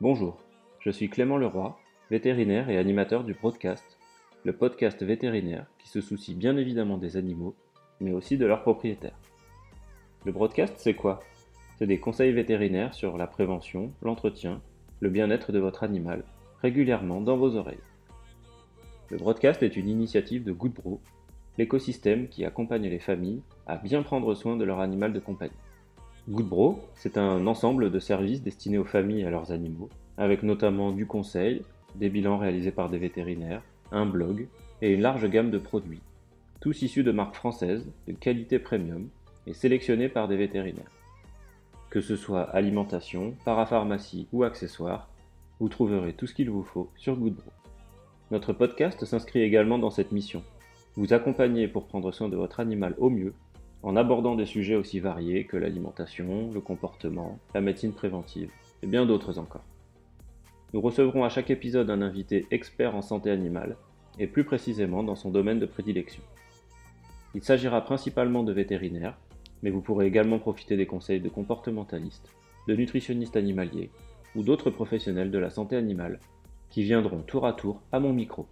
Bonjour, je suis Clément Leroy, vétérinaire et animateur du Broadcast, le podcast vétérinaire qui se soucie bien évidemment des animaux, mais aussi de leurs propriétaires. Le Broadcast, c'est quoi? C'est des conseils vétérinaires sur la prévention, l'entretien, le bien-être de votre animal, régulièrement dans vos oreilles. Le Broadcast est une initiative de Goodbro, l'écosystème qui accompagne les familles à bien prendre soin de leur animal de compagnie. Goodbro, c'est un ensemble de services destinés aux familles et à leurs animaux, avec notamment du conseil, des bilans réalisés par des vétérinaires, un blog et une large gamme de produits, tous issus de marques françaises de qualité premium et sélectionnés par des vétérinaires. Que ce soit alimentation, parapharmacie ou accessoires, vous trouverez tout ce qu'il vous faut sur Goodbro. Notre podcast s'inscrit également dans cette mission, vous accompagner pour prendre soin de votre animal au mieux, en abordant des sujets aussi variés que l'alimentation, le comportement, la médecine préventive et bien d'autres encore. Nous recevrons à chaque épisode un invité expert en santé animale et plus précisément dans son domaine de prédilection. Il s'agira principalement de vétérinaires, mais vous pourrez également profiter des conseils de comportementalistes, de nutritionnistes animaliers ou d'autres professionnels de la santé animale qui viendront tour à tour à mon micro.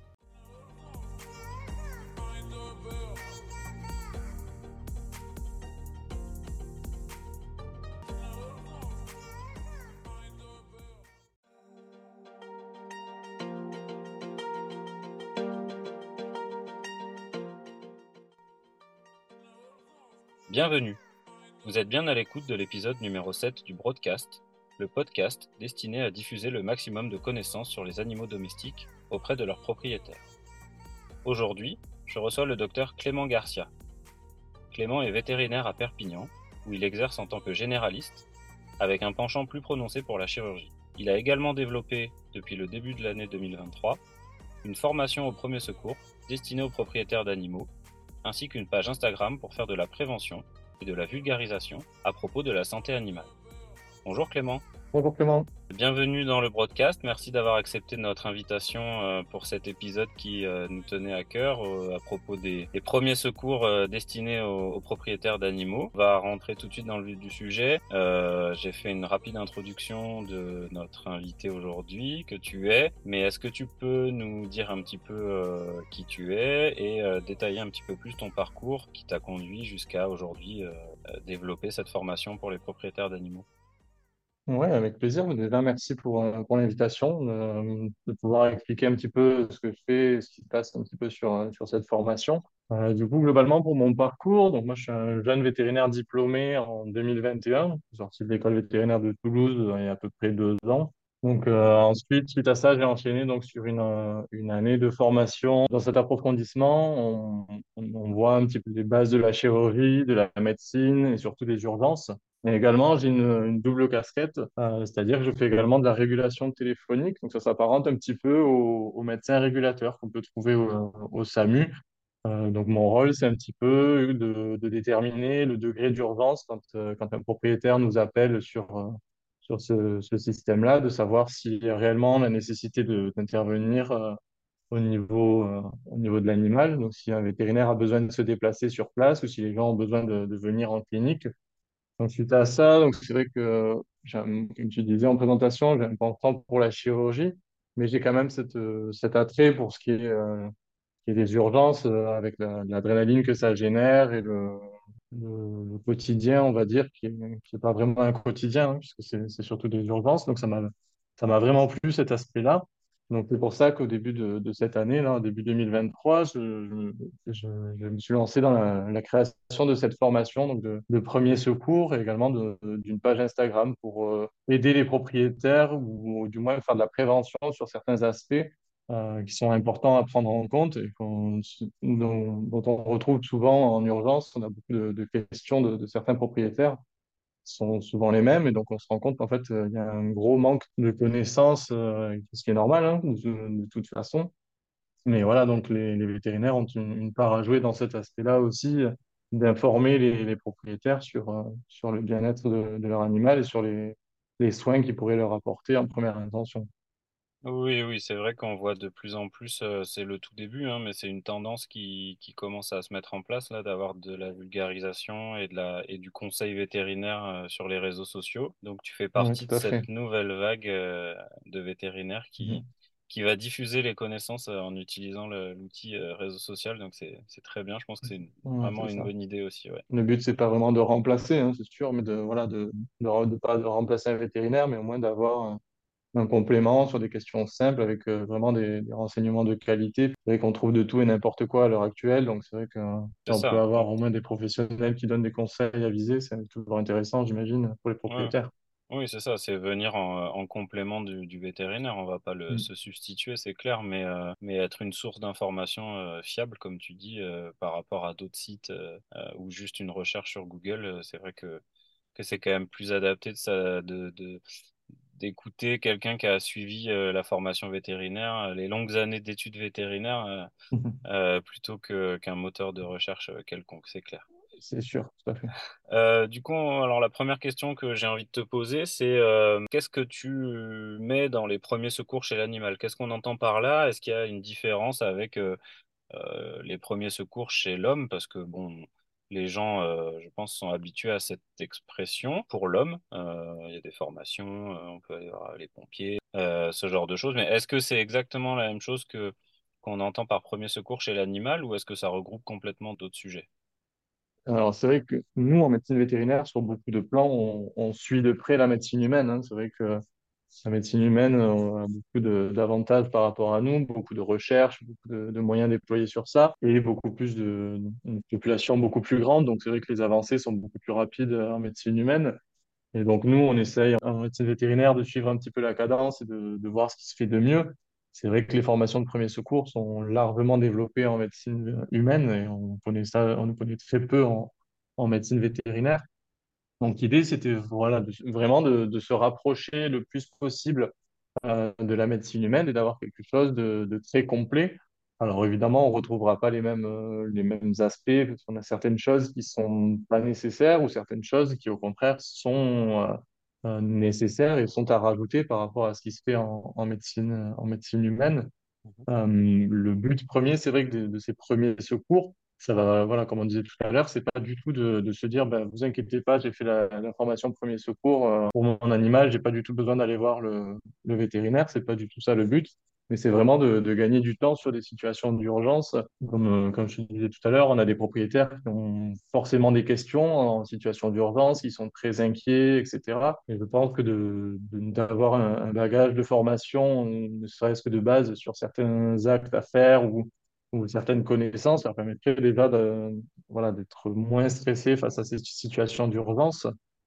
Bienvenue, vous êtes bien à l'écoute de l'épisode numéro 7 du Broadcast, le podcast destiné à diffuser le maximum de connaissances sur les animaux domestiques auprès de leurs propriétaires. Aujourd'hui, je reçois le docteur Clément Garcia. Clément est vétérinaire à Perpignan, où il exerce en tant que généraliste, avec un penchant plus prononcé pour la chirurgie. Il a également développé, depuis le début de l'année 2023, une formation au premier secours destinée aux propriétaires d'animaux, ainsi qu'une page Instagram pour faire de la prévention et de la vulgarisation à propos de la santé animale. Bonjour Clément. Bonjour Clément. Bienvenue dans le broadcast. Merci d'avoir accepté notre invitation pour cet épisode qui nous tenait à cœur à propos des premiers secours destinés aux propriétaires d'animaux. On va rentrer tout de suite dans le vif du sujet. J'ai fait une rapide introduction de notre invité aujourd'hui, que tu es. Mais est-ce que tu peux nous dire un petit peu qui tu es et détailler un petit peu plus ton parcours qui t'a conduit jusqu'à aujourd'hui développer cette formation pour les propriétaires d'animaux? Ouais, avec plaisir. Déjà, merci pour l'invitation, de pouvoir expliquer un petit peu ce que je fais, ce qui se passe un petit peu sur cette formation. Du coup, globalement, pour mon parcours, donc moi, je suis un jeune vétérinaire diplômé en 2021, sorti de l'école vétérinaire de Toulouse il y a à peu près 2 ans. Donc ensuite, suite à ça, j'ai enchaîné donc sur une année de formation. Dans cet approfondissement, on voit un petit peu les bases de la chirurgie, de la médecine et surtout des urgences. Et également, j'ai une double casquette, c'est-à-dire que je fais également de la régulation téléphonique. Donc, ça s'apparente un petit peu au médecin régulateur qu'on peut trouver au SAMU. Donc, mon rôle, c'est un petit peu de déterminer le degré d'urgence quand un propriétaire nous appelle sur ce système-là, de savoir s'il y a réellement la nécessité d'intervenir au niveau de l'animal. Donc, si un vétérinaire a besoin de se déplacer sur place ou si les gens ont besoin de venir en clinique. Donc, suite à ça, donc c'est vrai que, comme tu disais en présentation, j'ai un penchant pour la chirurgie, mais j'ai quand même cet attrait pour ce qui est des urgences, avec l'adrénaline que ça génère et le quotidien, on va dire, qui est pas vraiment un quotidien, hein, puisque c'est surtout des urgences. Donc, ça m'a vraiment plu cet aspect-là. Donc, c'est pour ça qu'au début de cette année, là, début 2023, je me suis lancé dans la création de cette formation, donc de premier secours et également d'une page Instagram pour aider les propriétaires ou du moins faire de la prévention sur certains aspects qui sont importants à prendre en compte et dont on retrouve souvent en urgence. On a beaucoup de questions de certains propriétaires qui sont souvent les mêmes et donc on se rend compte qu'en fait, il y a un gros manque de connaissances, ce qui est normal, hein, de toute façon. Mais voilà, donc les vétérinaires ont une part à jouer dans cet aspect-là aussi, d'informer les propriétaires sur le bien-être de leur animal et sur les soins qu'ils pourraient leur apporter en première intention. Oui, oui, c'est vrai qu'on voit de plus en plus, c'est le tout début, hein, mais c'est une tendance qui commence à se mettre en place là, d'avoir de la vulgarisation et du conseil vétérinaire sur les réseaux sociaux. Donc tu fais Oui, partie de tout à cette fait. nouvelle vague de vétérinaires Mhm. qui va diffuser les connaissances en utilisant l'outil réseau social. Donc c'est très bien, je pense que c'est Ouais, vraiment c'est une ça. bonne idée aussi, ouais. Le but, c'est pas vraiment de remplacer, hein, c'est sûr, mais voilà, de pas de remplacer un vétérinaire, mais au moins d'avoir un complément sur des questions simples avec vraiment des renseignements de qualité. C'est vrai qu'on trouve de tout et n'importe quoi à l'heure actuelle, donc c'est vrai que si C'est on peut ça. avoir au moins des professionnels qui donnent des conseils avisés, c'est toujours intéressant, j'imagine, pour les Ouais. propriétaires. Oui, c'est ça, c'est venir en complément du vétérinaire. On va pas Mm. se substituer, c'est clair, mais être une source d'information fiable, comme tu dis, par rapport à d'autres sites ou juste une recherche sur Google, c'est vrai que c'est quand même plus adapté d'écouter quelqu'un qui a suivi la formation vétérinaire, les longues années d'études vétérinaires, plutôt qu'un moteur de recherche quelconque, c'est clair. C'est sûr, tout à fait. Du coup, alors la première question que j'ai envie de te poser, c'est qu'est-ce que tu mets dans les premiers secours chez l'animal? Qu'est-ce qu'on entend par là? Est-ce qu'il y a une différence avec les premiers secours chez l'homme? Parce que bon, les gens, je pense, sont habitués à cette expression pour l'homme. Il y a des formations, on peut aller voir les pompiers, ce genre de choses. Mais est-ce que c'est exactement la même chose que qu'on entend par premier secours chez l'animal ou est-ce que ça regroupe complètement d'autres sujets? Alors, c'est vrai que nous, en médecine vétérinaire, sur beaucoup de plans, on suit de près la médecine humaine, hein. C'est vrai que la médecine humaine a beaucoup d'avantages par rapport à nous, beaucoup de recherches, beaucoup de moyens déployés sur ça, et beaucoup plus une population beaucoup plus grande. Donc, c'est vrai que les avancées sont beaucoup plus rapides en médecine humaine. Et donc, nous, on essaye en médecine vétérinaire de suivre un petit peu la cadence et de voir ce qui se fait de mieux. C'est vrai que les formations de premier secours sont largement développées en médecine humaine et on connaît ça, on connaît très peu en médecine vétérinaire. Donc, l'idée, c'était voilà, vraiment de se rapprocher le plus possible de la médecine humaine et d'avoir quelque chose de très complet. Alors évidemment, on ne retrouvera pas les mêmes aspects, parce qu'on a certaines choses qui sont pas nécessaires ou certaines choses qui, au contraire, sont nécessaires et sont à rajouter par rapport à ce qui se fait en médecine humaine. Le but premier, c'est vrai que de ces premiers secours, ça va, voilà, comme on disait tout à l'heure, c'est pas du tout de se dire, ben, vous inquiétez pas, j'ai fait la formation de premier secours pour mon animal, j'ai pas du tout besoin d'aller voir le vétérinaire, c'est pas du tout ça le but, mais c'est vraiment de gagner du temps sur des situations d'urgence. Comme je te disais tout à l'heure, on a des propriétaires qui ont forcément des questions en situation d'urgence, ils sont très inquiets, etc. Et je pense que d'avoir un bagage de formation, ne serait-ce que de base sur certains actes à faire ou certaines connaissances, ça permettrait déjà voilà, d'être moins stressé face à ces situations d'urgence.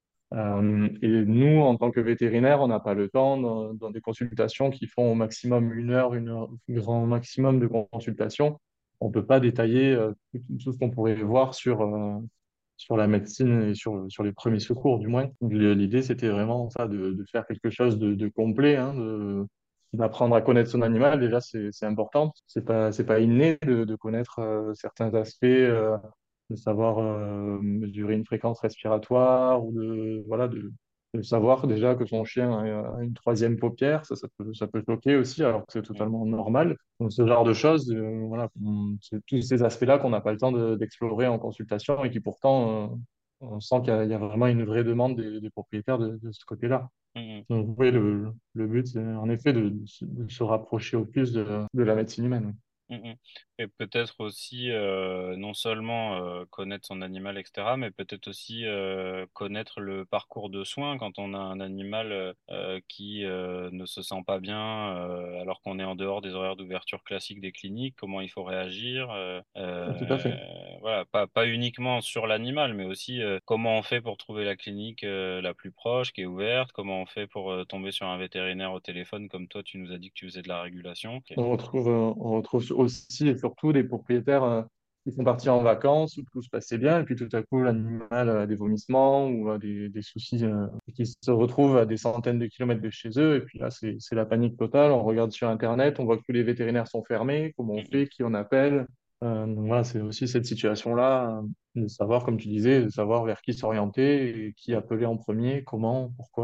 Et nous, en tant que vétérinaires, on n'a pas le temps dans des consultations qui font au maximum une heure, grand maximum de consultations. On ne peut pas détailler tout ce qu'on pourrait voir sur la médecine et sur les premiers secours, du moins. Donc, l'idée, c'était vraiment ça, de faire quelque chose de complet, hein, d'apprendre à connaître son animal. Déjà, c'est important. C'est pas inné de connaître certains aspects, de savoir mesurer une fréquence respiratoire ou voilà, de savoir déjà que son chien a une troisième paupière. Ça peut choquer aussi, alors que c'est totalement normal. Donc, ce genre de choses, voilà, c'est tous ces aspects-là qu'on n'a pas le temps d'explorer en consultation et qui pourtant, on sent il y a vraiment une vraie demande des propriétaires de ce côté-là. Mhm. Donc, oui, le but, c'est en effet de se rapprocher au plus de la médecine humaine. Mhm. Et peut-être aussi, non seulement connaître son animal, etc., mais peut-être aussi connaître le parcours de soins quand on a un animal qui ne se sent pas bien, alors qu'on est en dehors des horaires d'ouverture classiques des cliniques, comment il faut réagir. Oui, tout à fait. Voilà, pas uniquement sur l'animal, mais aussi comment on fait pour trouver la clinique la plus proche, qui est ouverte, comment on fait pour tomber sur un vétérinaire au téléphone, comme toi, tu nous as dit que tu faisais de la régulation. Ok. On retrouve aussi et surtout des propriétaires qui sont partis en vacances où tout se passait bien, et puis tout à coup, l'animal a des vomissements ou a des soucis qui se retrouvent à des centaines de kilomètres de chez eux. Et puis là, c'est la panique totale. On regarde sur Internet, on voit que tous les vétérinaires sont fermés, comment on Mhm. fait, qui on appelle. Donc voilà, c'est aussi cette situation-là, de savoir, comme tu disais, de savoir vers qui s'orienter et qui appeler en premier, comment, pourquoi.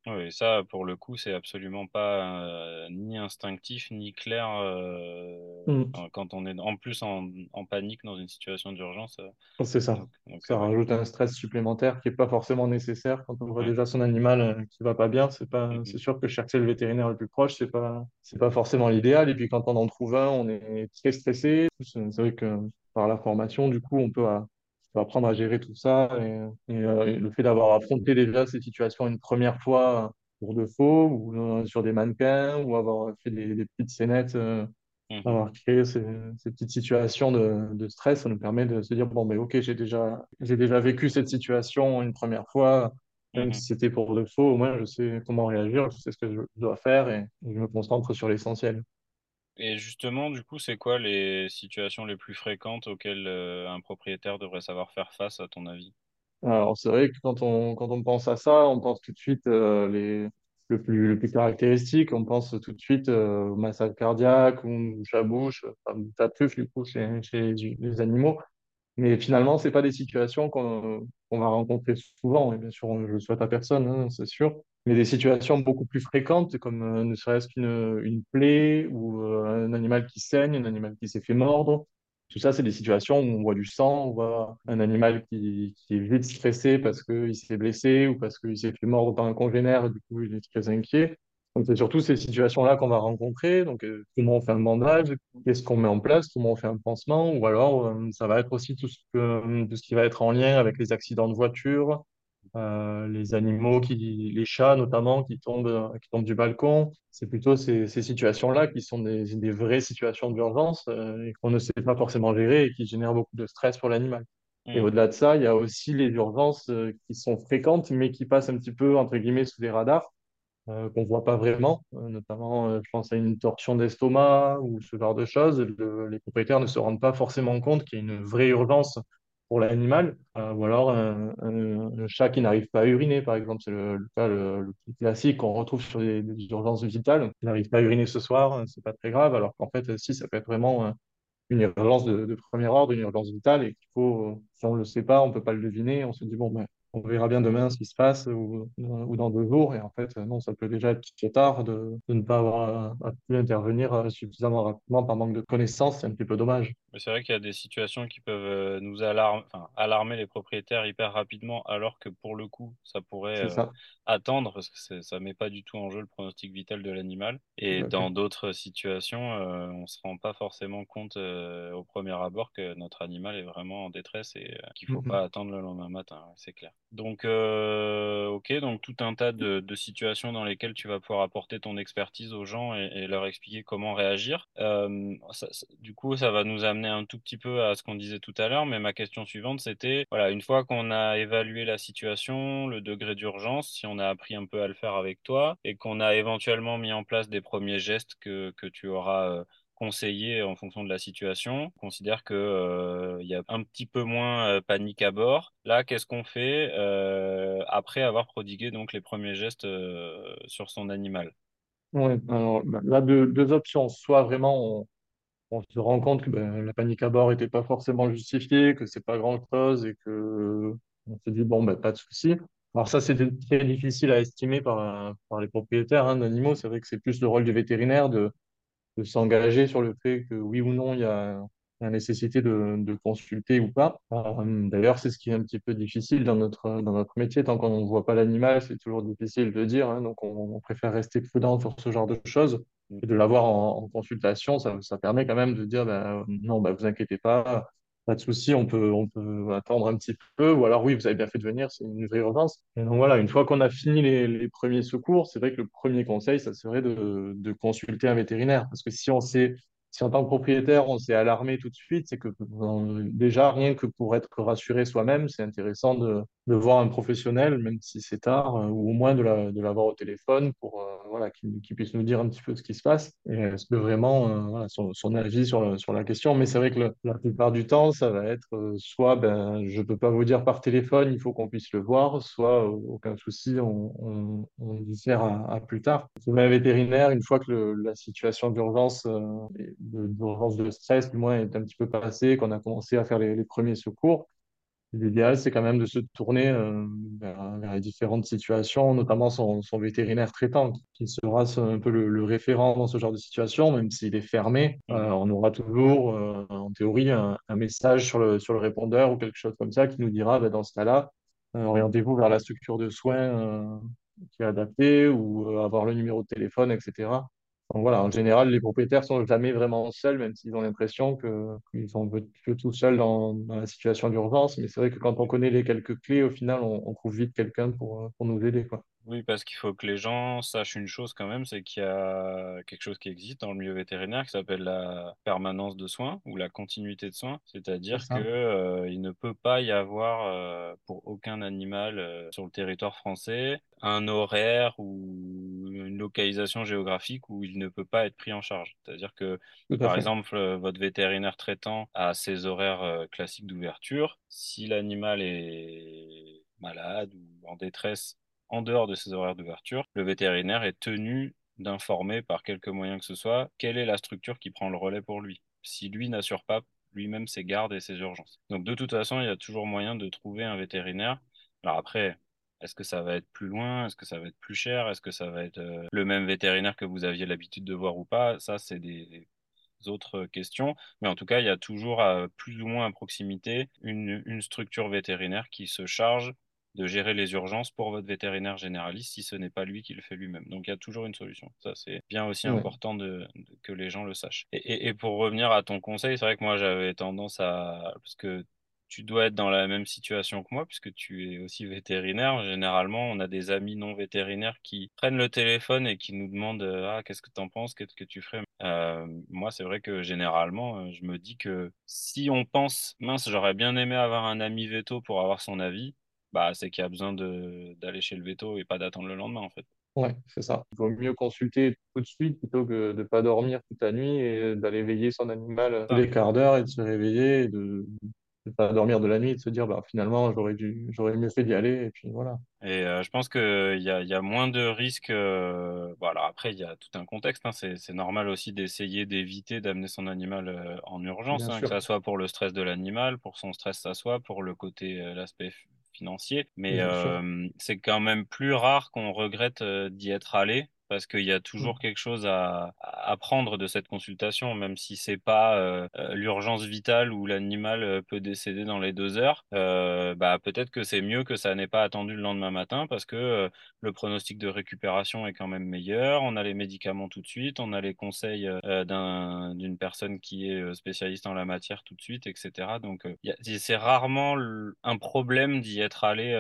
Oui, ça, pour le coup, c'est absolument pas ni instinctif ni clair Mm. quand on est en plus en panique dans une situation d'urgence. C'est ça. Ça Ouais. rajoute un stress supplémentaire qui n'est pas forcément nécessaire quand on voit Ouais. déjà son animal qui va pas bien. C'est Mhm. sûr que chercher le vétérinaire le plus proche, c'est pas forcément l'idéal. Et puis quand on en trouve un, on est très stressé. C'est vrai que par la formation, du coup, on peut apprendre à gérer tout ça. Et le fait d'avoir affronté déjà ces situations une première fois pour de faux ou sur des mannequins ou avoir fait des petites scénettes. Mhm. Avoir créé ces petites situations de stress, ça nous permet de se dire, bon, mais ok, j'ai déjà vécu cette situation une première fois, même Mhm. si c'était pour de faux, au moins je sais comment réagir, je sais ce que je dois faire et je me concentre sur l'essentiel. Et justement, du coup, c'est quoi les situations les plus fréquentes auxquelles un propriétaire devrait savoir faire face, à ton avis? Alors, c'est vrai que quand on pense à ça, on pense tout de suite le plus caractéristique, on pense tout de suite au massage cardiaque ou bouche à bouche, enfin, tartuffe du coup chez les animaux. Mais finalement, c'est pas des situations qu'on va rencontrer souvent. Et bien sûr, je le souhaite à personne, hein, c'est sûr. Mais des situations beaucoup plus fréquentes, comme ne serait-ce une plaie ou un animal qui saigne, un animal qui s'est fait mordre. Tout ça, c'est des situations où on voit du sang, on voit un animal qui est vite stressé parce qu'il s'est blessé ou parce qu'il s'est fait mordre par un congénère, et du coup, il est très inquiet. Donc, c'est surtout ces situations-là qu'on va rencontrer. Donc, comment on fait un bandage, qu'est-ce qu'on met en place, comment on fait un pansement, ou alors ça va être aussi tout ce qui va être en lien avec les accidents de voiture, les animaux, les chats notamment, qui tombent du balcon. C'est plutôt ces situations-là qui sont des vraies situations d'urgence et qu'on ne sait pas forcément gérer et qui génèrent beaucoup de stress pour l'animal. Et Mhm. au-delà de ça, il y a aussi les urgences qui sont fréquentes, mais qui passent un petit peu, entre guillemets, sous les radars qu'on voit pas vraiment, notamment je pense à une torsion d'estomac ou ce genre de choses. Les propriétaires ne se rendent pas forcément compte qu'il y a une vraie urgence pour l'animal, ou alors un chat qui n'arrive pas à uriner, par exemple, c'est le cas le plus classique qu'on retrouve sur des urgences vitales. Il n'arrive pas à uriner ce soir, c'est pas très grave, alors qu'en fait, si, ça peut être vraiment une urgence de premier ordre, une urgence vitale, et qu'il faut, si on ne le sait pas, on ne peut pas le deviner, on se dit, bon, ben, on verra bien demain ce qui se passe ou dans 2 jours, et en fait, non, ça peut déjà être trop tard de ne pas avoir pu intervenir suffisamment rapidement par manque de connaissances, c'est un petit peu dommage. Mais c'est vrai qu'il y a des situations qui peuvent enfin, alarmer les propriétaires hyper rapidement, alors que pour le coup, ça pourrait C'est ça, attendre, parce que ça met pas du tout en jeu le pronostic vital de l'animal. tout Et à fait. dans d'autres situations, on se rend pas forcément compte au premier abord que notre animal est vraiment en détresse et qu'il faut Mhm. pas attendre le lendemain matin, ouais, c'est clair. Donc, ok, donc tout un tas de situations dans lesquelles tu vas pouvoir apporter ton expertise aux gens et leur expliquer comment réagir. Du coup, ça va nous amener un tout petit peu à ce qu'on disait tout à l'heure, mais ma question suivante, c'était, voilà, une fois qu'on a évalué la situation, le degré d'urgence, si on a appris un peu à le faire avec toi et qu'on a éventuellement mis en place des premiers gestes que tu auras conseillés en fonction de la situation, on considère que, il y a un petit peu moins panique à bord. Là, qu'est-ce qu'on fait après avoir prodigué donc les premiers gestes sur son animal? Ouais, alors, ben, là, deux options. Soit vraiment, on se rend compte que ben, la panique à bord n'était pas forcément justifiée, que c'est pas grand-chose et que on se dit, bon, ben, pas de souci. Alors ça, c'est très difficile à estimer par les propriétaires hein, d'animaux. C'est vrai que c'est plus le rôle du vétérinaire de s'engager sur le fait que oui ou non, il y a la nécessité de consulter ou pas. D'ailleurs, c'est ce qui est un petit peu difficile dans notre métier. Tant qu'on ne voit pas l'animal, c'est toujours difficile de dire. Hein. Donc, on préfère rester prudent sur ce genre de choses. Et de l'avoir en consultation, ça permet quand même de dire, ben, non, ben, vous inquiétez pas de souci, on peut attendre un petit peu. Ou alors, oui, vous avez bien fait de venir, c'est une vraie urgence. Et donc voilà, une fois qu'on a fini les premiers secours, c'est vrai que le premier conseil, ça serait de consulter un vétérinaire. Parce que si en tant que propriétaire, on s'est alarmé tout de suite, c'est que déjà, rien que pour être rassuré soi-même, c'est intéressant de voir un professionnel, même si c'est tard, ou au moins de l'avoir au téléphone pour voilà, qu'il puisse nous dire un petit peu ce qui se passe et est-ce que vraiment voilà, son avis sur la question. Mais c'est vrai que la plupart du temps, ça va être soit ben, je peux pas vous dire par téléphone, il faut qu'on puisse le voir, soit aucun souci, on diffère à plus tard. Trouver un vétérinaire, une fois que la situation d'urgence, d'urgence de stress, du moins, est un petit peu passée, qu'on a commencé à faire les premiers secours, L'idéal, c'est quand même de se tourner vers les différentes situations, notamment son vétérinaire traitant, qui sera un peu le référent dans ce genre de situation, même s'il est fermé. Mhm. On aura toujours, en théorie, un message sur le répondeur ou quelque chose comme ça qui nous dira, ben, dans ce cas-là, orientez-vous vers la structure de soins qui est adaptée ou avoir le numéro de téléphone, etc. Donc voilà, en général, les propriétaires sont jamais vraiment seuls, même s'ils ont l'impression qu'ils sont un peu tout seuls dans la situation d'urgence. Mais c'est vrai que quand on connaît les quelques clés, au final, on trouve vite quelqu'un pour nous aider, quoi. Oui, parce qu'il faut que les gens sachent une chose quand même, c'est qu'il y a quelque chose qui existe dans le milieu vétérinaire qui s'appelle la permanence de soins ou la continuité de soins. C'est C'est-à-dire que, ça, il ne peut pas y avoir, pour aucun animal, sur le territoire français, un horaire ou une localisation géographique où il ne peut pas être pris en charge. C'est-à-dire que, tout à par fait. exemple, votre vétérinaire traitant a ses horaires, classiques d'ouverture. Si l'animal est malade ou en détresse, en dehors de ces horaires d'ouverture, le vétérinaire est tenu d'informer par quelque moyen que ce soit quelle est la structure qui prend le relais pour lui. Si lui n'assure pas lui-même ses gardes et ses urgences. Donc de toute façon, il y a toujours moyen de trouver un vétérinaire. Alors après, est-ce que ça va être plus loin? Est-ce que ça va être plus cher? Est-ce que ça va être le même vétérinaire que vous aviez l'habitude de voir ou pas? Ça, c'est des autres questions. Mais en tout cas, il y a toujours plus ou moins à proximité une structure vétérinaire qui se charge de gérer les urgences pour votre vétérinaire généraliste si ce n'est pas lui qui le fait lui-même. Donc il y a toujours une solution. Ça, c'est bien aussi Ouais. important que les gens le sachent. Et pour revenir à ton conseil, c'est vrai que moi j'avais tendance à... Parce que tu dois être dans la même situation que moi, puisque tu es aussi vétérinaire. Généralement, on a des amis non vétérinaires qui prennent le téléphone et qui nous demandent ah, qu'est-ce que tu en penses, qu'est-ce que tu ferais? Moi, c'est vrai que généralement, je me dis que si on pense, mince, j'aurais bien aimé avoir un ami veto pour avoir son avis, bah, c'est qu'il y a besoin d'aller chez le veto et pas d'attendre le lendemain, en fait. Ouais, c'est ça. Il vaut mieux consulter tout de suite plutôt que de ne pas dormir toute la nuit et d'aller veiller son animal tous Ça. les quarts d'heure et de se réveiller et de ne pas dormir de la nuit et de se dire, bah, finalement, j'aurais mieux fait d'y aller. Et puis voilà. Et je pense qu'il y a moins de risques. Bon, alors après, il y a tout un contexte, hein. C'est normal aussi d'essayer d'éviter d'amener son animal en urgence, Bien hein, que sûr. ça soit pour le stress de l'animal, pour son stress à soi, pour le côté, l'aspect financier. Mais Bien sûr. c'est quand même plus rare qu'on regrette d'y être allé. Parce qu'il y a Mm. toujours quelque chose à apprendre de cette consultation, même si c'est pas l'urgence vitale où l'animal peut décéder dans les 2 heures. Bah peut-être que c'est mieux que ça n'ait pas attendu le lendemain matin parce que le pronostic de récupération est quand même meilleur. On a les médicaments tout de suite, on a les conseils d'une personne qui est spécialiste en la matière tout de suite, etc. Donc c'est rarement un problème d'y être allé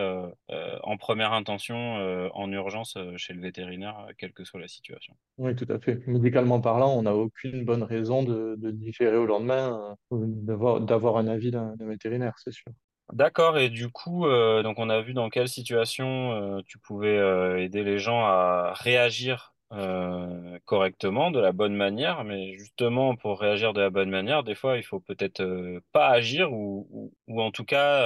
en première intention en urgence chez le vétérinaire, quelle que soit la situation. Oui, tout à fait. Médicalement parlant, on n'a aucune bonne raison de différer au lendemain, ou d'avoir un avis d'un vétérinaire, c'est sûr. D'accord, et du coup, donc on a vu dans quelle situation tu pouvais aider les gens à réagir correctement, de la bonne manière, mais justement pour réagir de la bonne manière, des fois il faut peut-être pas agir ou en tout cas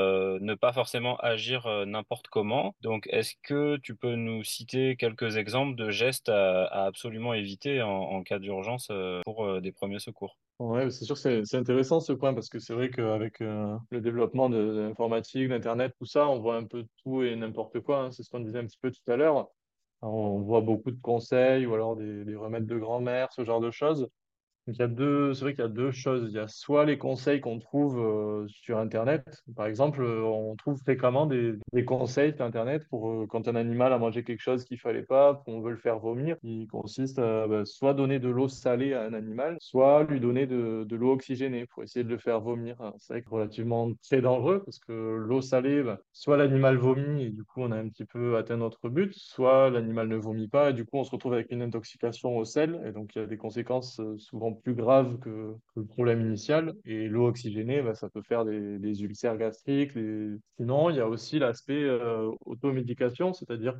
ne pas forcément agir n'importe comment. Donc est-ce que tu peux nous citer quelques exemples de gestes à absolument éviter en cas d'urgence pour des premiers secours? Ouais, c'est sûr que c'est intéressant ce point parce que c'est vrai qu'avec le développement de l'informatique, d'Internet, tout ça, on voit un peu tout et n'importe quoi, hein. C'est ce qu'on disait un petit peu tout à l'heure. Alors, on voit beaucoup de conseils ou alors des remèdes de grand-mère, ce genre de choses. Donc, c'est vrai qu'il y a deux choses. Il y a soit les conseils qu'on trouve sur Internet. Par exemple, on trouve fréquemment des conseils sur Internet pour quand un animal a mangé quelque chose qu'il fallait pas, qu'on veut le faire vomir, qui consiste à soit donner de l'eau salée à un animal, soit lui donner de l'eau oxygénée pour essayer de le faire vomir. Alors, c'est vrai que c'est relativement très dangereux parce que l'eau salée, soit l'animal vomit et du coup on a un petit peu atteint notre but, soit l'animal ne vomit pas et du coup on se retrouve avec une intoxication au sel et donc il y a des conséquences souvent plus graves que le problème initial. Et l'eau oxygénée, ça peut faire des ulcères gastriques. Sinon, il y a aussi l'aspect automédication, c'est-à-dire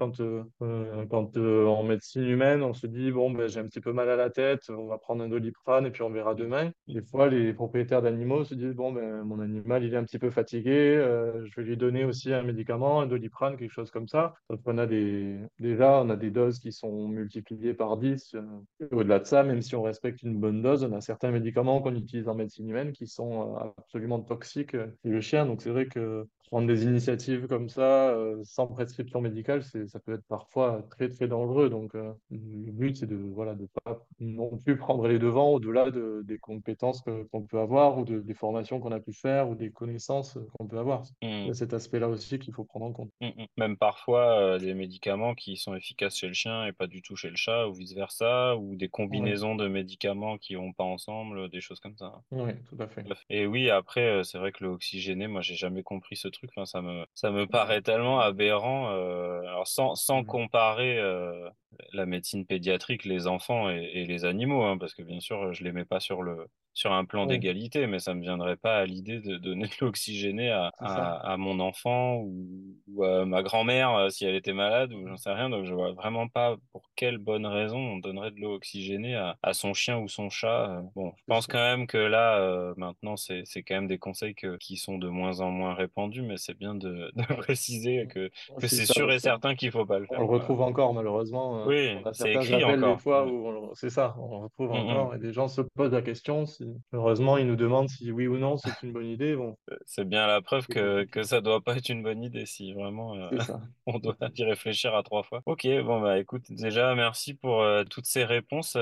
quand en médecine humaine on se dit bon j'ai un petit peu mal à la tête, on va prendre un Doliprane et puis on verra demain. Des fois les propriétaires d'animaux se disent bon mon animal il est un petit peu fatigué, je vais lui donner aussi un médicament, un Doliprane, quelque chose comme ça. Donc déjà, on a des doses qui sont multipliées par 10. Et au-delà de ça, même si on respecte une bonne bonne dose. On a certains médicaments qu'on utilise en médecine humaine qui sont absolument toxiques chez le chien. Donc c'est vrai que prendre des initiatives comme ça, sans prescription médicale, ça peut être parfois très très dangereux. Donc le but c'est de voilà de pas non plus prendre les devants au-delà des compétences qu'on peut avoir ou des formations qu'on a pu faire ou des connaissances qu'on peut avoir. Il y Mm. a cet aspect-là aussi qu'il faut prendre en compte. Même parfois, des médicaments qui sont efficaces chez le chien et pas du tout chez le chat, ou vice-versa, ou des Oui, combinaisons de médicaments qui vont pas ensemble, des choses comme ça. oui, tout à fait. Bref. Et oui, après, c'est vrai que le oxygéné, moi, j'ai jamais compris ce truc. Enfin, ça me paraît tellement aberrant. Alors, sans Mhm. comparer la médecine pédiatrique, les enfants et les animaux, hein, parce que bien sûr, je les mets pas sur un plan Oui, d'égalité, mais ça me viendrait pas à l'idée de donner de l'oxygéné à, c'est ça. à mon enfant ou à ma grand-mère si elle était malade ou j'en sais rien. Donc, je vois vraiment pas pour quelle bonne raison on donnerait de l'eau oxygénée à son chien ou son chat. Bon, je C'est pense sûr. quand même que là, maintenant, c'est quand même des conseils qui sont de moins en moins répandus, mais c'est bien de préciser que C'est c'est ça, sûr parce et qu'on certain qu'il faut pas le on faire, le quoi. retrouve encore, malheureusement. On Oui, a c'est certains écrit appels des encore. fois Ouais. où c'est ça, on le retrouve Mm, encore et des gens se posent la question si, heureusement, ils nous demandent si oui ou non c'est une bonne idée. Bon, C'est bien la preuve c'est que compliqué. ça doit pas être une bonne idée si vraiment C'est ça. on doit y réfléchir à trois fois. Ok, bon bah écoute, déjà merci pour toutes ces réponses.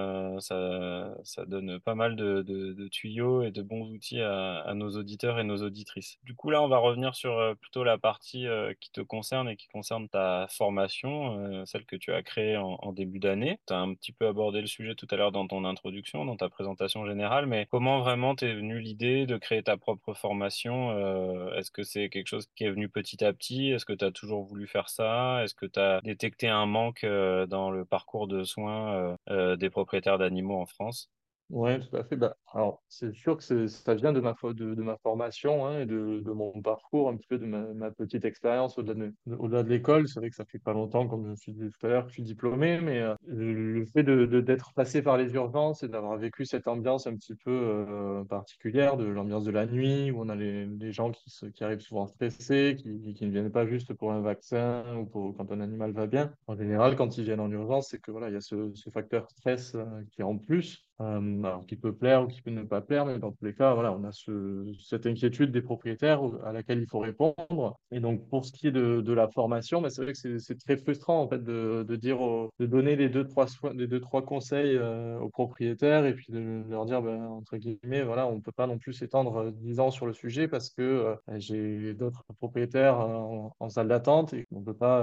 Ça donne pas mal de tuyaux et de bons outils à nos auditeurs et nos auditrices. Du coup là, on va revenir sur plutôt la partie qui te concerne et qui concerne ta formation, celle que tu as créée en début d'année. Tu as un petit peu abordé le sujet tout à l'heure dans ton introduction, dans ta présentation générale, mais comment vraiment t'es venue l'idée de créer ta propre formation? Est-ce que c'est quelque chose qui est venu petit à petit? Est-ce que tu as toujours voulu faire ça? Est-ce que tu as détecté un manque dans le parcours de soins des propriétaires d'animaux en France? Oui, tout à fait. Bah, alors, c'est sûr que ça vient de ma formation hein, et de mon parcours, un petit peu de ma petite expérience au-delà de l'école. C'est vrai que ça fait pas longtemps, comme je me suis dit tout à l'heure, que je suis diplômé, mais le fait d'être passé par les urgences et d'avoir vécu cette ambiance un petit peu particulière, de l'ambiance de la nuit, où on a les gens qui arrivent souvent stressés, qui ne viennent pas juste pour un vaccin ou pour quand un animal va bien. En général, quand ils viennent en urgence, c'est que voilà, il y a ce facteur stress qui est en plus. Alors, qui peut plaire ou qui peut ne pas plaire, mais dans tous les cas, voilà, on a cette inquiétude des propriétaires à laquelle il faut répondre. Et donc, pour ce qui est de la formation, bah, c'est vrai que c'est très frustrant, en fait, de dire, de donner les deux, trois conseils aux propriétaires et puis de leur dire, ben, entre guillemets, voilà, on ne peut pas non plus s'étendre 10 ans sur le sujet parce que j'ai d'autres propriétaires en salle d'attente et on ne peut pas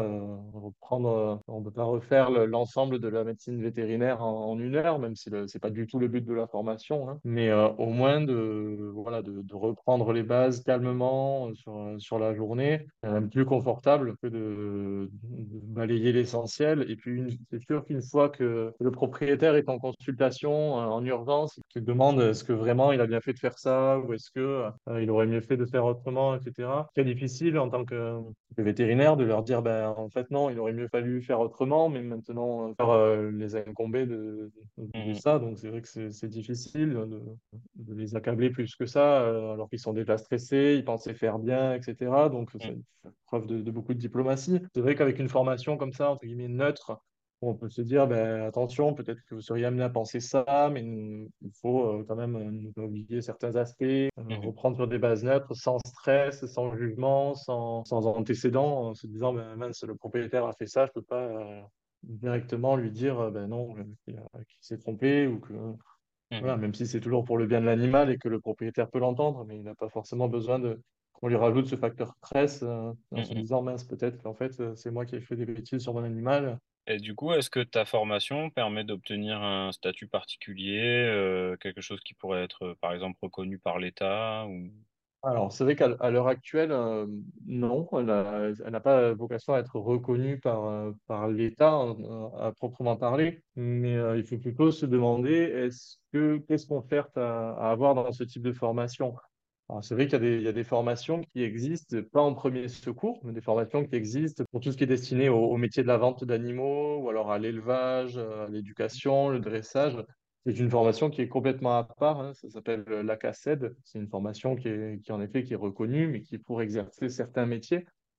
on peut pas refaire l'ensemble de la médecine vétérinaire en une heure, même si c'est pas du tout le but de la formation, hein. Mais au moins voilà, de reprendre les bases calmement sur la journée, plus confortable que de balayer l'essentiel. Et puis, c'est sûr qu'une fois que le propriétaire est en consultation en urgence, il se demande est-ce que vraiment il a bien fait de faire ça ou est-ce que il aurait mieux fait de faire autrement, etc. C'est difficile en tant que vétérinaire de leur dire ben, en fait non, il aurait mieux fallu faire autrement, mais maintenant faire les incomber de Mhm, ça. Donc c'est vrai que c'est difficile de les accabler plus que ça, alors qu'ils sont déjà stressés, ils pensaient faire bien, etc. Donc mhm, c'est preuve de beaucoup de diplomatie. C'est vrai qu'avec une formation comme ça, entre guillemets, neutre, on peut se dire, ben, attention, peut-être que vous seriez amené à penser ça, mais il faut quand même ne pas oublier certains aspects, mhm, reprendre sur des bases neutres, sans stress, sans jugement, sans antécédent, en se disant, ben, mince, le propriétaire a fait ça, je peux pas directement lui dire, ben non, qu'il s'est trompé, ou que, voilà, mhm, même si c'est toujours pour le bien de l'animal et que le propriétaire peut l'entendre, mais il n'a pas forcément besoin qu'on lui rajoute ce facteur stress en se mhm. disant, mince, peut-être qu'en fait, c'est moi qui ai fait des bêtises sur mon animal. Et du coup, est-ce que ta formation permet d'obtenir un statut particulier, quelque chose qui pourrait être, par exemple, reconnu par l'État ou... Alors, c'est vrai qu'à l'heure actuelle, non, elle n'a pas vocation à être reconnue par l'État à proprement parler, mais il faut plutôt se demander qu'est-ce qu'on cherche à avoir dans ce type de formation? Alors, c'est vrai il y a des formations qui existent, pas en premier secours, mais des formations qui existent pour tout ce qui est destiné au métier de la vente d'animaux ou alors à l'élevage, à l'éducation, le dressage. C'est une formation qui est complètement à part, hein. Ça s'appelle l'ACACED. C'est une formation qui en effet qui est reconnue, mais qui est pour exercer certains métiers.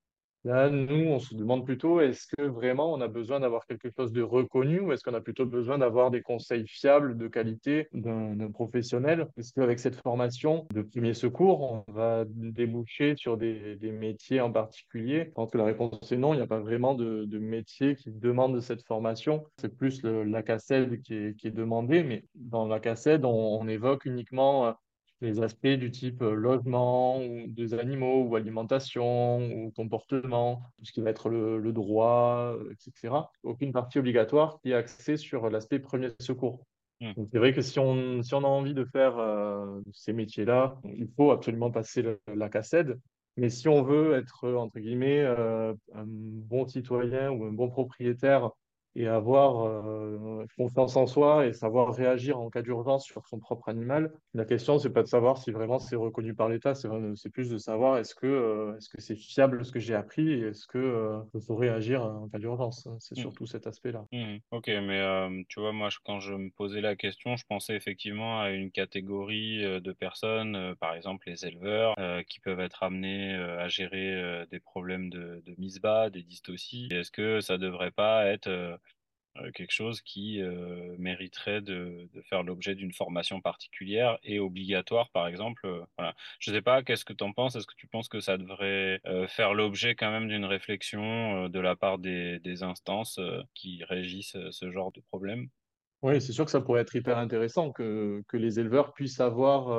Là, nous, on se demande plutôt, est-ce que vraiment on a besoin d'avoir quelque chose de reconnu ou est-ce qu'on a plutôt besoin d'avoir des conseils fiables, de qualité d'un professionnel? Est-ce qu'avec cette formation de premier secours, on va déboucher sur des métiers en particulier? Je pense que la réponse est non, il n'y a pas vraiment de métier qui demande cette formation. C'est plus la CACED qui est demandé, mais dans la CACED, on évoque uniquement les aspects du type logement ou des animaux ou alimentation ou comportement, tout ce qui va être le droit, etc. Aucune partie obligatoire qui est axée sur l'aspect premier secours. Hmm. Donc c'est vrai que si on a envie de faire ces métiers-là, il faut absolument passer la CACED. Mais si on veut être, entre guillemets, un bon citoyen ou un bon propriétaire et avoir confiance en soi et savoir réagir en cas d'urgence sur son propre animal. La question, c'est pas de savoir si vraiment c'est reconnu par l'État, c'est plus de savoir est-ce que c'est fiable ce que j'ai appris et est-ce que je saurais agir en cas d'urgence. C'est Hmm. surtout cet aspect-là. Ok, mais tu vois, moi, quand je me posais la question, je pensais effectivement à une catégorie de personnes, par exemple les éleveurs, qui peuvent être amenés à gérer des problèmes de mise bas, des dystocies. Est-ce que ça devrait pas être quelque chose qui mériterait de faire l'objet d'une formation particulière et obligatoire, par exemple. Voilà. Je sais pas, qu'est-ce que tu en penses? Est-ce que tu penses que ça devrait faire l'objet quand même d'une réflexion de la part des instances qui régissent ce genre de problème? Oui, c'est sûr que ça pourrait être hyper intéressant que les éleveurs puissent avoir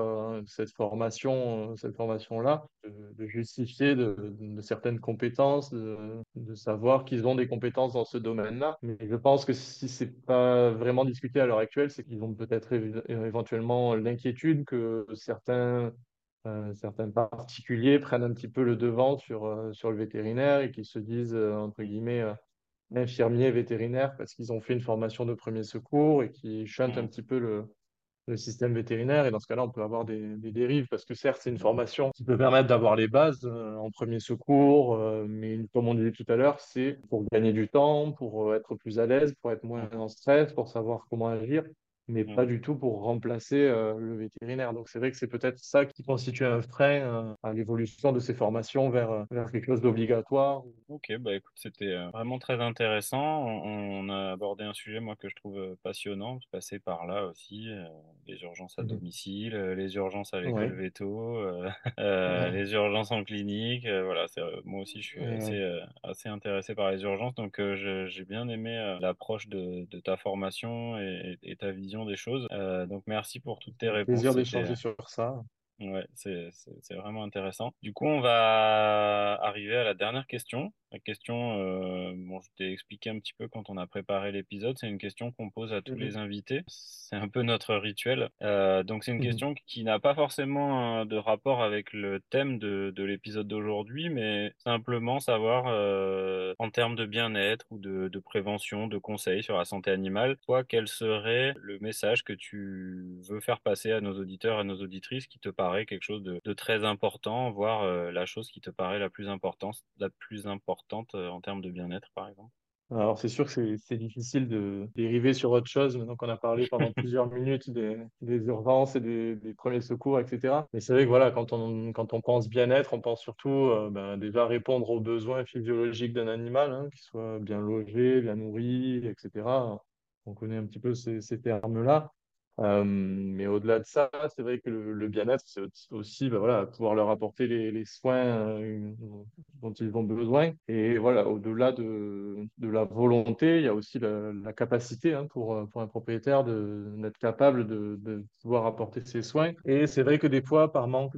cette formation-là, de justifier de certaines compétences, de savoir qu'ils ont des compétences dans ce domaine-là. Mais je pense que si c'est pas vraiment discuté à l'heure actuelle, c'est qu'ils ont peut-être éventuellement l'inquiétude que certains particuliers prennent un petit peu le devant sur le vétérinaire et qu'ils se disent, entre guillemets, infirmiers vétérinaires parce qu'ils ont fait une formation de premier secours et qui chantent un Mm, petit peu le système vétérinaire. Et dans ce cas-là, on peut avoir des dérives parce que certes, c'est une formation qui peut permettre d'avoir les bases en premier secours, mais comme on disait tout à l'heure, c'est pour gagner du temps, pour être plus à l'aise, pour être moins mm, en stress, pour savoir comment agir, mais pas mm. du tout pour remplacer le vétérinaire. Donc c'est vrai que c'est peut-être ça qui constitue un frein à l'évolution de ces formations vers quelque chose d'obligatoire. Ok, bah écoute, c'était vraiment très intéressant. On a abordé un sujet, moi, que je trouve passionnant, passer par là aussi, les urgences à Mhm. domicile, les urgences à l'école Ouais. veto, Ouais. les urgences en clinique. Voilà, moi aussi, je suis Ouais, ouais. assez intéressé par les urgences, donc j'ai bien aimé l'approche de ta formation et ta vision des choses. Donc merci pour toutes tes Un réponses. plaisir C'était d'échanger sur ça. Ouais, c'est vraiment intéressant. Du coup, on va arriver à la dernière question. La question, bon, je t'ai expliqué un petit peu quand on a préparé l'épisode. C'est une question qu'on pose à tous les Mhm. invités. C'est un peu notre rituel. Donc, c'est une Mhm. question qui n'a pas forcément de rapport avec le thème de l'épisode d'aujourd'hui, mais simplement savoir, en termes de bien-être ou de prévention, de conseils sur la santé animale, toi, quel serait le message que tu veux faire passer à nos auditeurs et nos auditrices qui te paraît quelque chose de très important, voire la chose qui te paraît la plus importante en termes de bien-être, par exemple? Alors, c'est sûr que c'est difficile de dériver sur autre chose, maintenant qu'on a parlé pendant plusieurs minutes des urgences et des premiers secours, etc. Mais c'est vrai que voilà, quand on pense bien-être, on pense surtout ben, déjà répondre aux besoins physiologiques d'un animal, hein, qu'il soit bien logé, bien nourri, etc. On connaît un petit peu ces termes-là. Mais au-delà de ça, c'est vrai que le bien-être, c'est aussi ben voilà, pouvoir leur apporter les soins dont ils ont besoin. Et voilà, au-delà de la volonté, il y a aussi la capacité hein, pour un propriétaire d'être capable de pouvoir apporter ses soins. Et c'est vrai que des fois, par manque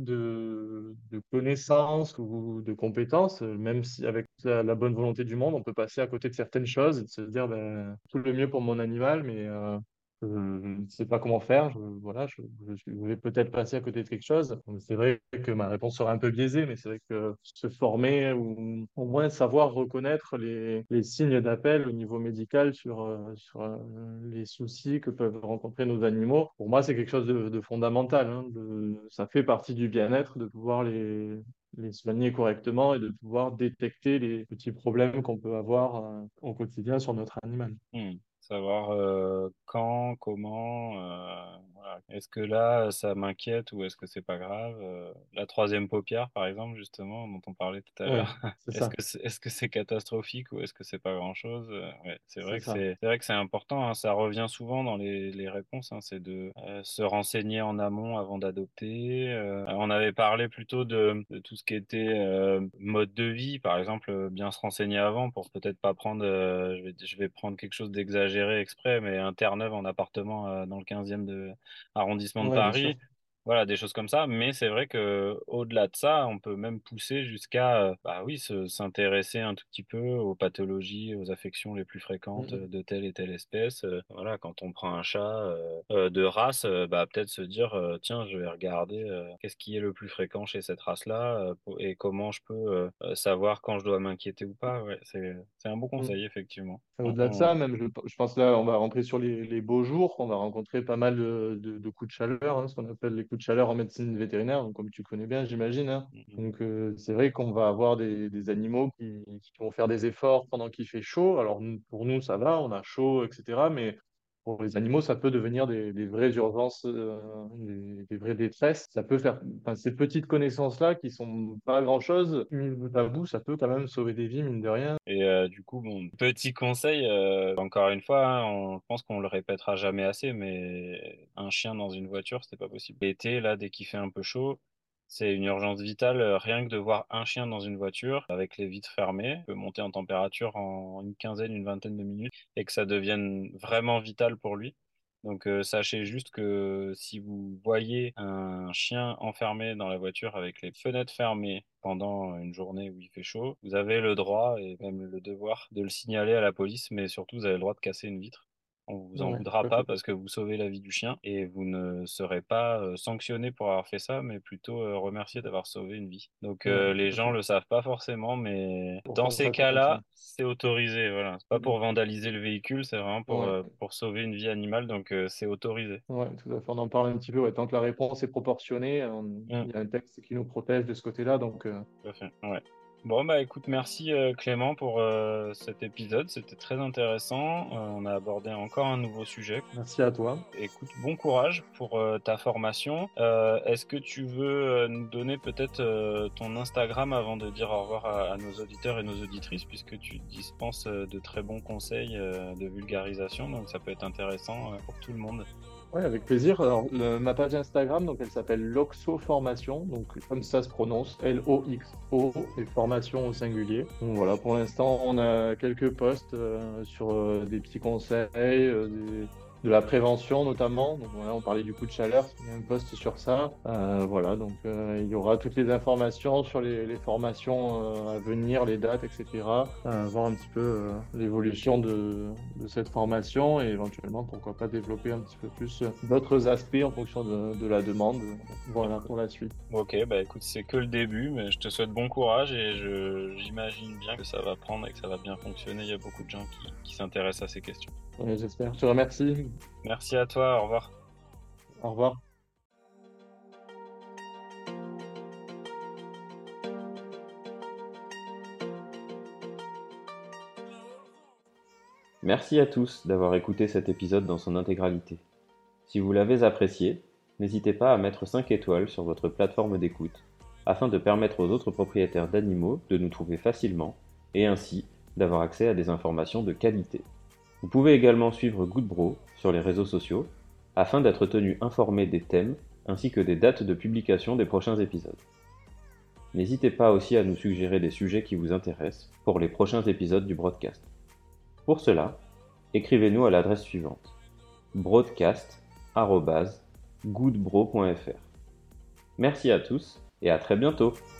de connaissances ou de compétences, même si avec la bonne volonté du monde, on peut passer à côté de certaines choses et de se dire ben, tout le mieux pour mon animal, mais je ne sais pas comment faire. Voilà, je vais peut-être passer à côté de quelque chose. Donc, c'est vrai que ma réponse sera un peu biaisée, mais c'est vrai que se former ou au moins savoir reconnaître les signes d'appel au niveau médical sur les soucis que peuvent rencontrer nos animaux, pour moi, c'est quelque chose de fondamental. Hein, ça fait partie du bien-être de pouvoir les soigner correctement et de pouvoir détecter les petits problèmes qu'on peut avoir au quotidien sur notre animal. Savoir quand, comment, Voilà. Est-ce que là, ça m'inquiète ou est-ce que c'est pas grave? La troisième paupière, par exemple, justement, dont on parlait tout à Oui, l'heure, c'est ça, est-ce que c'est catastrophique ou est-ce que c'est pas grand-chose? Ouais, c'est ça. c'est vrai que c'est important, hein, ça revient souvent dans les réponses, hein, c'est de se renseigner en amont avant d'adopter. On avait parlé plutôt de tout ce qui était mode de vie, par exemple, bien se renseigner avant pour peut-être pas prendre, je vais prendre quelque chose d'exagéré exprès, mais un Terre-Neuve en appartement dans le 15e arrondissement de Oui, bien Paris. sûr. Voilà, des choses comme ça. Mais c'est vrai que au-delà de ça, on peut même pousser jusqu'à, bah oui, s'intéresser un tout petit peu aux pathologies, aux affections les plus fréquentes Mhm. de telle et telle espèce. Voilà, quand on prend un chat de race, bah peut-être se dire, tiens, je vais regarder qu'est-ce qui est le plus fréquent chez cette race-là et comment je peux savoir quand je dois m'inquiéter ou pas. Ouais, c'est un bon conseil, effectivement. Au-delà de ça, même, je pense là, on va rentrer sur les beaux jours. On va rencontrer pas mal de coups de chaleur, hein, ce qu'on appelle les coups de chaleur en médecine vétérinaire, donc, comme tu connais bien, j'imagine, hein. Donc, c'est vrai qu'on va avoir des animaux qui vont faire des efforts pendant qu'il fait chaud. Alors, pour nous, ça va, on a chaud, etc. Mais pour les animaux, ça peut devenir des vraies urgences, des vraies détresses. Ça peut faire, enfin, ces petites connaissances-là qui sont pas grand-chose, mises bout à bout, ça peut quand même sauver des vies, mine de rien. Et du coup, bon, petit conseil, encore une fois, hein, je pense qu'on le répétera jamais assez, mais un chien dans une voiture, c'est pas possible. L'été, là, dès qu'il fait un peu chaud, c'est une urgence vitale, rien que de voir un chien dans une voiture avec les vitres fermées, il peut monter en température en une quinzaine, une vingtaine de minutes et que ça devienne vraiment vital pour lui. Donc sachez juste que si vous voyez un chien enfermé dans la voiture avec les fenêtres fermées pendant une journée où il fait chaud, vous avez le droit et même le devoir de le signaler à la police, mais surtout vous avez le droit de casser une vitre. On vous en Ouais, voudra tout à pas fait. parce que vous sauvez la vie du chien et vous ne serez pas sanctionné pour avoir fait ça, mais plutôt remercié d'avoir sauvé une vie. Donc Ouais, les tout à gens fait. le savent pas forcément, mais Pour dans ça, ces ça compte, ouais. cas-là, c'est autorisé. Voilà, c'est pas Mhm. pour vandaliser le véhicule, c'est vraiment Ouais, pour sauver une vie animale, donc c'est autorisé. ouais, tout à fait. On en parle un petit peu. Ouais. Tant que la réponse est proportionnée, Mm. il y a un texte qui nous protège de ce côté-là. Donc, Tout à fait. Ouais. Bon, bah écoute, merci Clément pour cet épisode. C'était très intéressant. On a abordé encore un nouveau sujet. merci à toi. Écoute, bon courage pour ta formation. Est-ce que tu veux nous donner peut-être ton Instagram avant de dire au revoir à nos auditeurs et nos auditrices, puisque tu dispenses de très bons conseils de vulgarisation, donc ça peut être intéressant pour tout le monde. Ouais, avec plaisir. Alors, ma page Instagram, donc, elle s'appelle Loxo Formation. Donc, comme ça se prononce, Loxo et formation au singulier. Donc, voilà, pour l'instant, on a quelques posts sur des petits conseils, de la prévention notamment. Donc, voilà, on parlait du coup de chaleur. Il y a un post sur ça. Voilà, donc il y aura toutes les informations sur les formations à venir, les dates, etc. Voir un petit peu l'évolution de cette formation et éventuellement, pourquoi pas développer un petit peu plus d'autres aspects en fonction de la demande. Voilà pour la suite. Ok, bah écoute, c'est que le début, mais je te souhaite bon courage et j'imagine bien que ça va prendre et que ça va bien fonctionner. Il y a beaucoup de gens qui s'intéressent à ces questions. Ouais, j'espère. Je te remercie. Merci à toi, au revoir. Au revoir. Merci à tous d'avoir écouté cet épisode dans son intégralité. Si vous l'avez apprécié, n'hésitez pas à mettre 5 étoiles sur votre plateforme d'écoute, afin de permettre aux autres propriétaires d'animaux de nous trouver facilement, et ainsi d'avoir accès à des informations de qualité. Vous pouvez également suivre Goodbro sur les réseaux sociaux, afin d'être tenu informé des thèmes ainsi que des dates de publication des prochains épisodes. N'hésitez pas aussi à nous suggérer des sujets qui vous intéressent pour les prochains épisodes du broadcast. Pour cela, écrivez-nous à l'adresse suivante: broadcast@goodbro.fr. Merci à tous et à très bientôt!